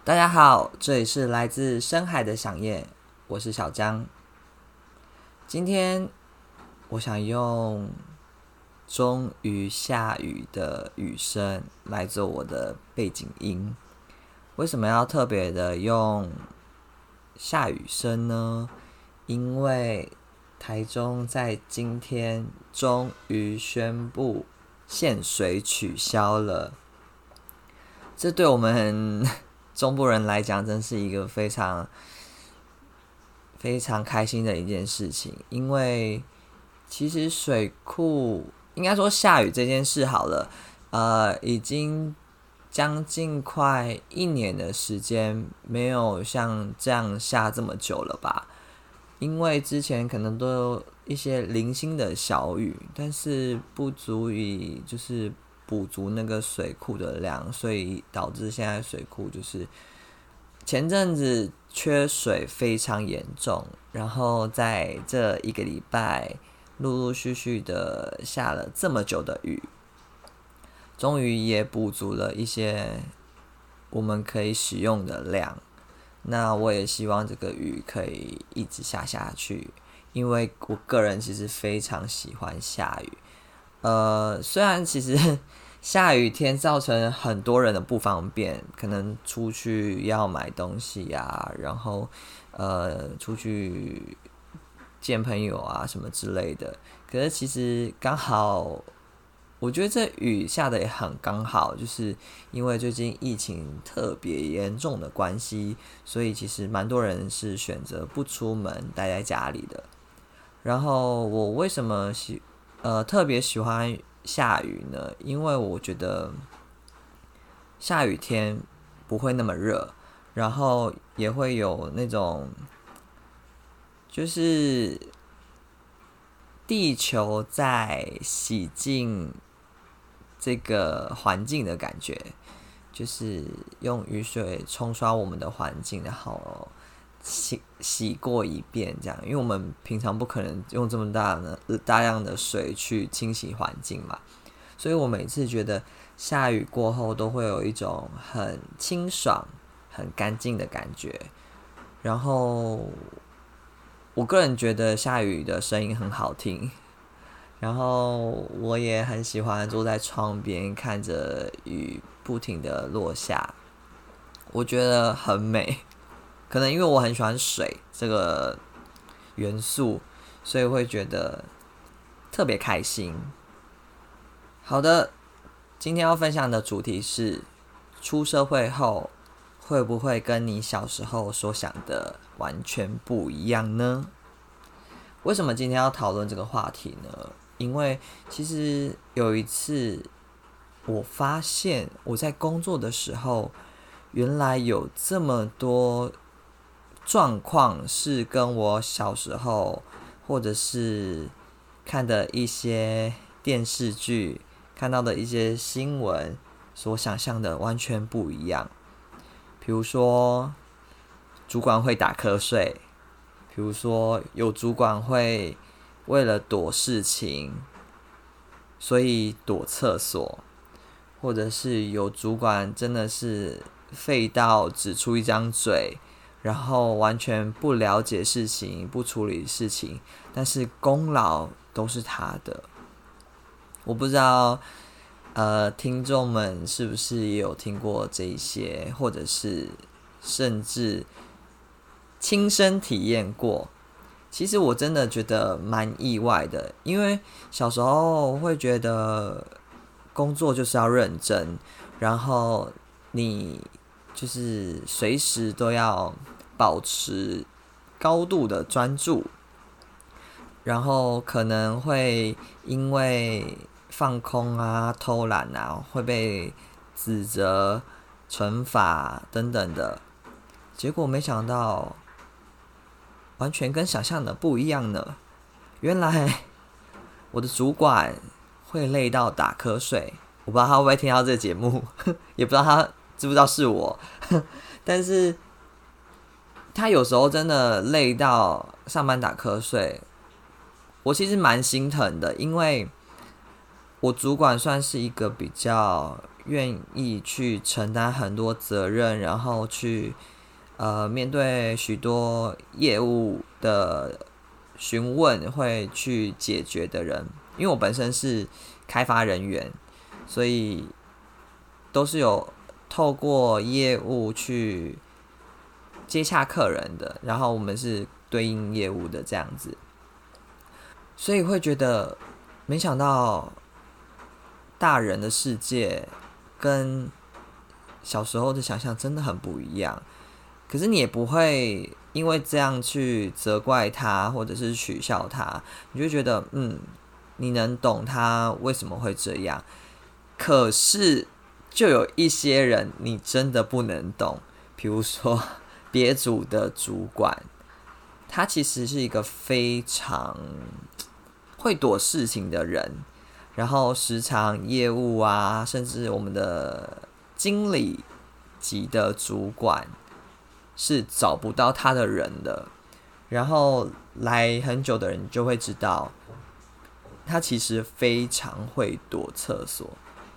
大家好，这里是来自深海的响夜，我是小江。今天我想用终于下雨的雨声来做我的背景音。为什么要特别的用下雨声呢？因为台中在今天终于宣布限水取消了，这对我们中部人来讲，真是一个非常非常开心的一件事情。因为其实水库应该说下雨这件事好了，已经将近快1年的时间没有像这样下这么久了吧。因为之前可能都有一些零星的小雨，但是不足以就是补足那个水库的量，所以导致现在水库就是前阵子缺水非常严重，然后在这1个礼拜陆陆续续的下了这么久的雨，终于也补足了一些我们可以使用的量。那我也希望这个雨可以一直下下去，因为我个人其实非常喜欢下雨。虽然其实下雨天造成很多人的不方便，可能出去要买东西啊，然后出去见朋友啊什么之类的。可是其实刚好，我觉得这雨下的也很刚好，就是因为最近疫情特别严重的关系，所以其实蛮多人是选择不出门待在家里的。然后我为什么特别喜欢下雨呢？因为我觉得下雨天不会那么热，然后也会有那种就是地球在洗净这个环境的感觉，就是用雨水冲刷我们的环境，然后洗过一遍这样。因为我们平常不可能用这么大量的水去清洗环境嘛，所以我每次觉得下雨过后都会有一种很清爽、很干净的感觉。然后我个人觉得下雨的声音很好听，然后我也很喜欢坐在窗边看着雨不停的落下，我觉得很美。可能因为我很喜欢水这个元素，所以会觉得特别开心。好的，今天要分享的主题是出社会后会不会跟你小时候所想的完全不一样呢？为什么今天要讨论这个话题呢？因为其实有一次我发现我在工作的时候，原来有这么多状况是跟我小时候或者是看的一些电视剧、看到的一些新闻所想象的完全不一样。比如说主管会打瞌睡，比如说有主管会为了躲事情所以躲厕所，或者是有主管真的是废到只出一张嘴，然后完全不了解事情、不处理事情，但是功劳都是他的。我不知道听众们是不是也有听过这一些，或者是甚至亲身体验过。其实我真的觉得蛮意外的，因为小时候会觉得工作就是要认真，然后你就是随时都要保持高度的专注，然后可能会因为放空啊、偷懒啊，会被指责、惩罚等等的。结果没想到完全跟想象的不一样呢。原来我的主管会累到打瞌睡，我不知道他会不会听到这个节目，也不知道他知不知道是我，但是他有时候真的累到上班打瞌睡，我其实蛮心疼的。因为我主管算是一个比较愿意去承担很多责任，然后去面对许多业务的询问会去解决的人。因为我本身是开发人员，所以都是有透过业务去接洽客人的，然后我们是对应业务的这样子，所以会觉得没想到大人的世界跟小时候的想象真的很不一样。可是你也不会因为这样去责怪他或者是取笑他，你就觉得你能懂他为什么会这样。可是就有一些人你真的不能懂，比如说别组的主管，他其实是一个非常会躲事情的人，然后时常业务啊，甚至我们的经理级的主管是找不到他的人的。然后来很久的人就会知道，他其实非常会躲厕所。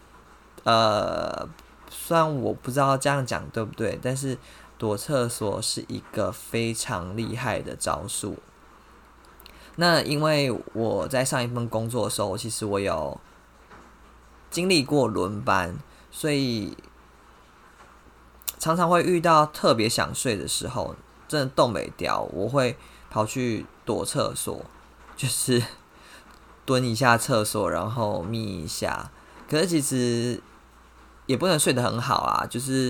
虽然我不知道这样讲对不对，但是躲厕所是一个非常厉害的招数。那因为我在上一份工作的时候，其实我有经历过轮班，所以常常会遇到特别想睡的时候，真的动不了，我会跑去躲厕所，就是蹲一下厕所，然后眯一下。可是其实也不能睡得很好啊，就是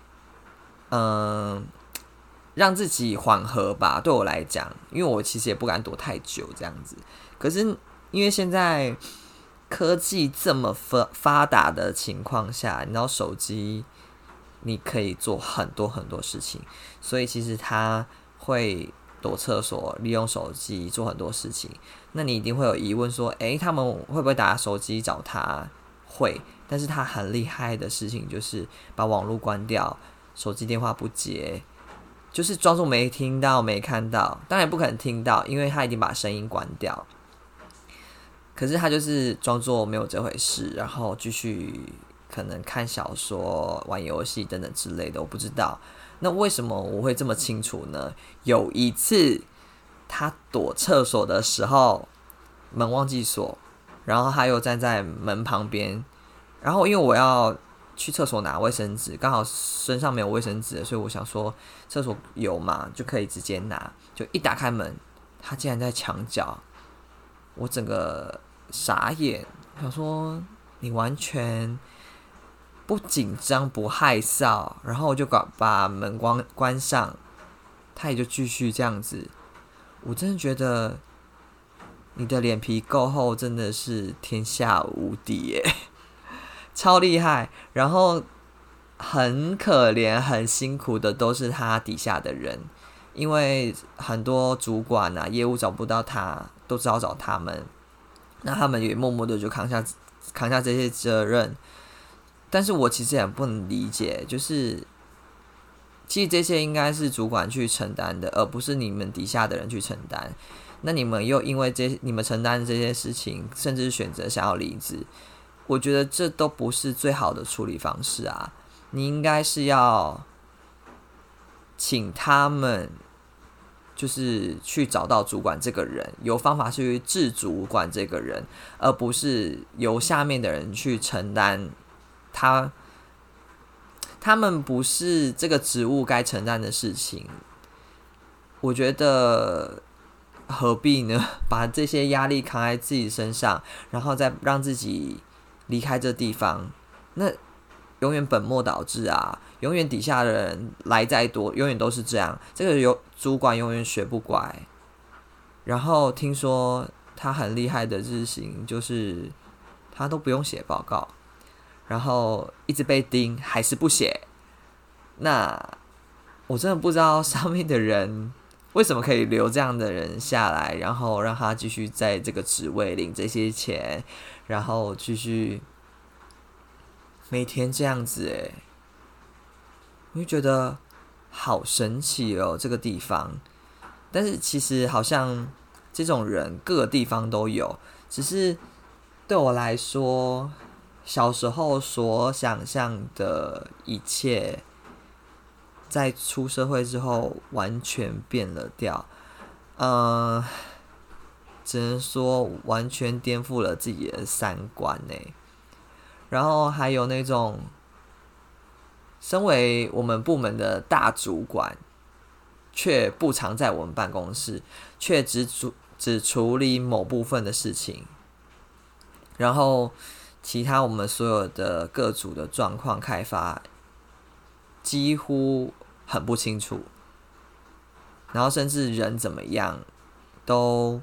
让自己缓和吧。对我来讲，因为我其实也不敢躲太久这样子。可是因为现在科技这么发达的情况下，你知道手机你可以做很多很多事情，所以其实他会躲厕所，利用手机做很多事情。那你一定会有疑问说，他们会不会打手机找他？会，但是他很厉害的事情就是把网络关掉，手机电话不接，就是装作没听到没看到。当然不可能听到，因为他已经把声音关掉。可是他就是装作没有这回事，然后继续可能看小说、玩游戏等等之类的，我不知道。那为什么我会这么清楚呢？有一次他躲厕所的时候，门忘记锁，然后他又站在门旁边，然后因为我要去厕所拿卫生纸，刚好身上没有卫生纸，所以我想说厕所有嘛，就可以直接拿。就一打开门，他竟然在墙角，我整个傻眼，想说你完全不紧张不害臊，然后我就把门关上，他也就继续这样子。我真的觉得你的脸皮够厚，真的是天下无敌耶，超厉害。然后很可怜很辛苦的都是他底下的人，因为很多主管啊业务找不到他，都只好找他们，那他们也默默的就扛下这些责任。但是我其实也不能理解，就是其实这些应该是主管去承担的，而不是你们底下的人去承担。那你们又因为你们承担这些事情，甚至选择想要离职，我觉得这都不是最好的处理方式啊。你应该是要请他们就是去找到主管这个人，有方法去治主管这个人，而不是由下面的人去承担他们不是这个职务该承担的事情。我觉得何必呢？把这些压力扛在自己身上，然后再让自己离开这地方，那永远本末倒置啊！永远底下的人来再多，永远都是这样。这个主管永远学不乖。然后听说他很厉害的事情，就是他都不用写报告，然后一直被盯，还是不写。那我真的不知道上面的人为什么可以留这样的人下来，然后让他继续在这个职位领这些钱，然后继续每天这样子我就觉得好神奇哦，这个地方。但是其实好像这种人各个地方都有，只是对我来说， 小时候所想象的一切，在出社会之后完全变了调。只能说完全颠覆了自己的三观呢。然后还有那种，身为我们部门的大主管，却不常在我们办公室，却只处理某部分的事情，然后其他我们所有的各组的状况开发，几乎很不清楚。然后甚至人怎么样，都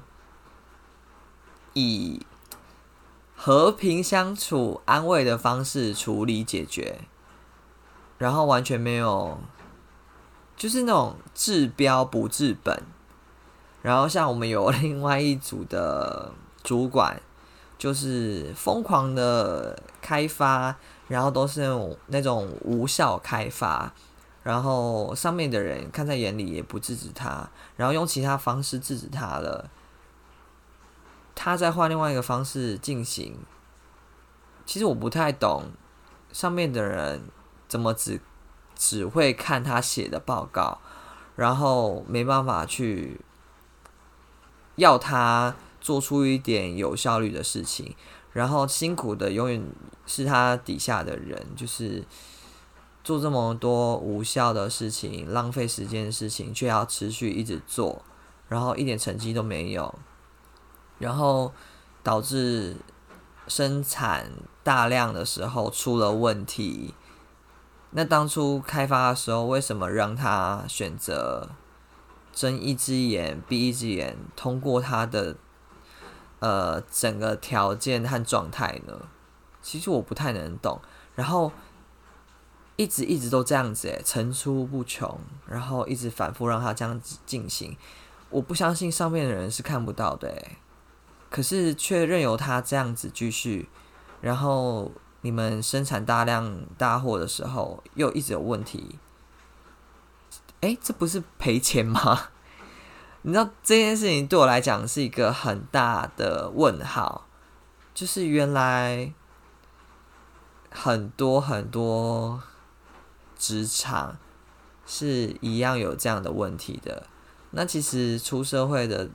以和平相处、安慰的方式处理解决，然后完全没有，就是那种治标不治本。然后像我们有另外一组的主管，就是疯狂的开发，然后都是那种无效开发，然后上面的人看在眼里也不制止他，然后用其他方式制止他了。他再换另外一个方式进行，其实我不太懂上面的人怎么只会看他写的报告，然后没办法去要他做出一点有效率的事情，然后辛苦的永远是他底下的人，就是做这么多无效的事情、浪费时间的事情，却要持续一直做，然后一点成绩都没有。然后导致生产大量的时候出了问题。那当初开发的时候，为什么让他选择睁一只眼闭一只眼通过他的整个条件和状态呢？其实我不太能懂。然后一直都这样子，层出不穷，然后一直反复让他这样子进行。我不相信上面的人是看不到的，可是却任由他这样子继续，然后你们生产大量大货的时候又一直有问题，这不是赔钱吗？你知道这件事情对我来讲是一个很大的问号，就是原来很多职场是一样有这样的问题的。那其实出社会的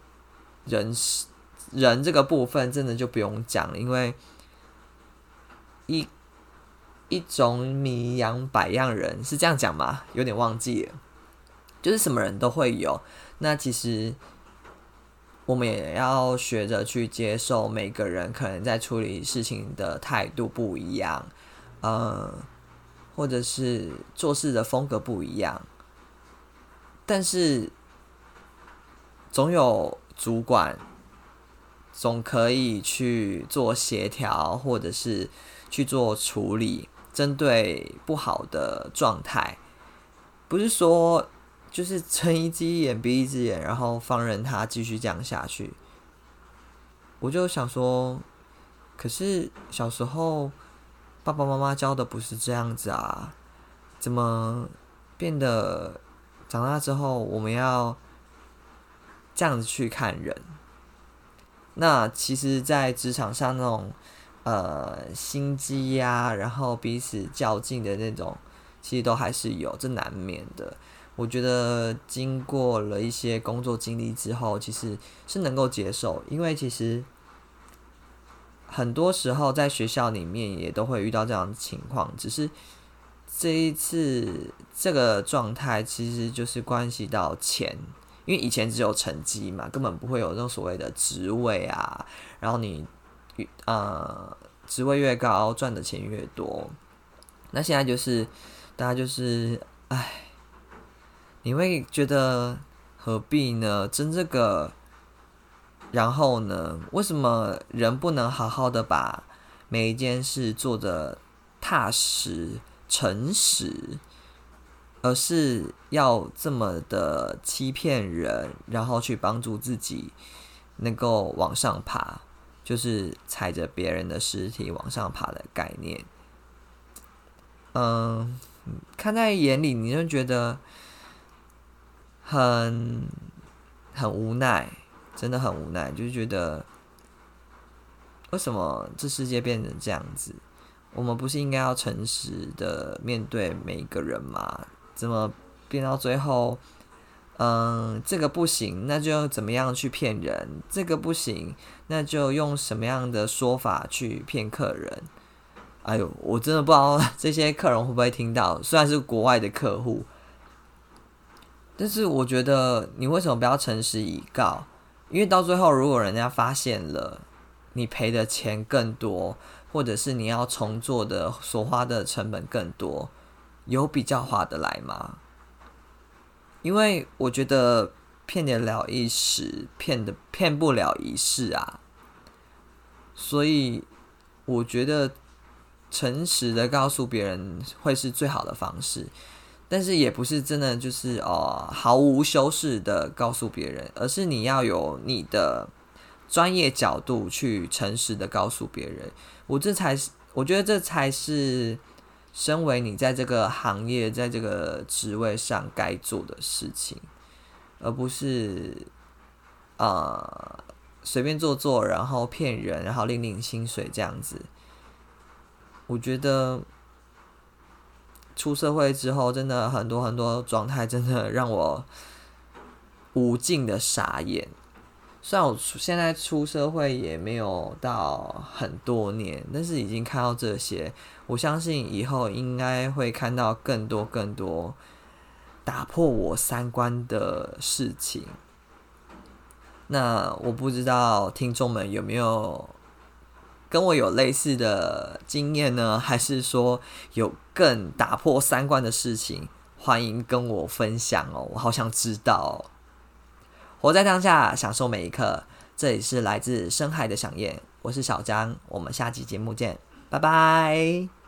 人这个部分真的就不用讲了，因为一种米养百样人是这样讲吗？有点忘记了，就是什么人都会有。那其实我们也要学着去接受每个人可能在处理事情的态度不一样，或者是做事的风格不一样，但是总有主管总可以去做协调，或者是去做处理，针对不好的状态。不是说就是睁一只眼闭一只眼，然后放任他继续这样下去。我就想说，可是小时候爸爸妈妈教的不是这样子啊，怎么变得长大之后我们要这样子去看人？那其实在职场上那种心机呀，然后彼此较劲的那种，其实都还是有，这难免的。我觉得经过了一些工作经历之后，其实是能够接受，因为其实很多时候在学校里面也都会遇到这样的情况，只是这一次这个状态其实就是关系到钱。因为以前只有成绩嘛，根本不会有那种所谓的职位啊，然后你职位越高，赚的钱越多。那现在就是大家就是你会觉得何必呢？争这个，然后呢？为什么人不能好好的把每一件事做得踏实、诚实？而是要这么的欺骗人，然后去帮助自己能够往上爬，就是踩着别人的尸体往上爬的概念。看在眼里，你就觉得很无奈，真的很无奈，就是觉得为什么这世界变成这样子？ 我们不是应该要诚实的面对每一个人吗？怎么变到最后，这个不行，那就怎么样去骗人？这个不行，那就用什么样的说法去骗客人？哎呦，我真的不知道这些客人会不会听到，虽然是国外的客户，但是我觉得你为什么不要诚实以告？因为到最后，如果人家发现了，你赔的钱更多，或者是你要重做的所花的成本更多，有比较划得来吗？因为我觉得骗得了一时，骗不了一世啊。所以我觉得诚实的告诉别人会是最好的方式，但是也不是真的就是毫无修饰的告诉别人，而是你要有你的专业角度去诚实的告诉别人。我觉得这才是身为你在这个行业在这个职位上该做的事情，而不是随便做，然后骗人，然后领薪水这样子。我觉得出社会之后，真的很多状态，真的让我无尽的傻眼。虽然我现在出社会也没有到很多年，但是已经看到这些，我相信以后应该会看到更多打破我三观的事情。那我不知道听众们有没有跟我有类似的经验呢？还是说有更打破三观的事情？欢迎跟我分享哦，我好想知道哦。活在当下，享受每一刻。这里是来自深海的响燕，我是小张，我们下期节目见，拜拜。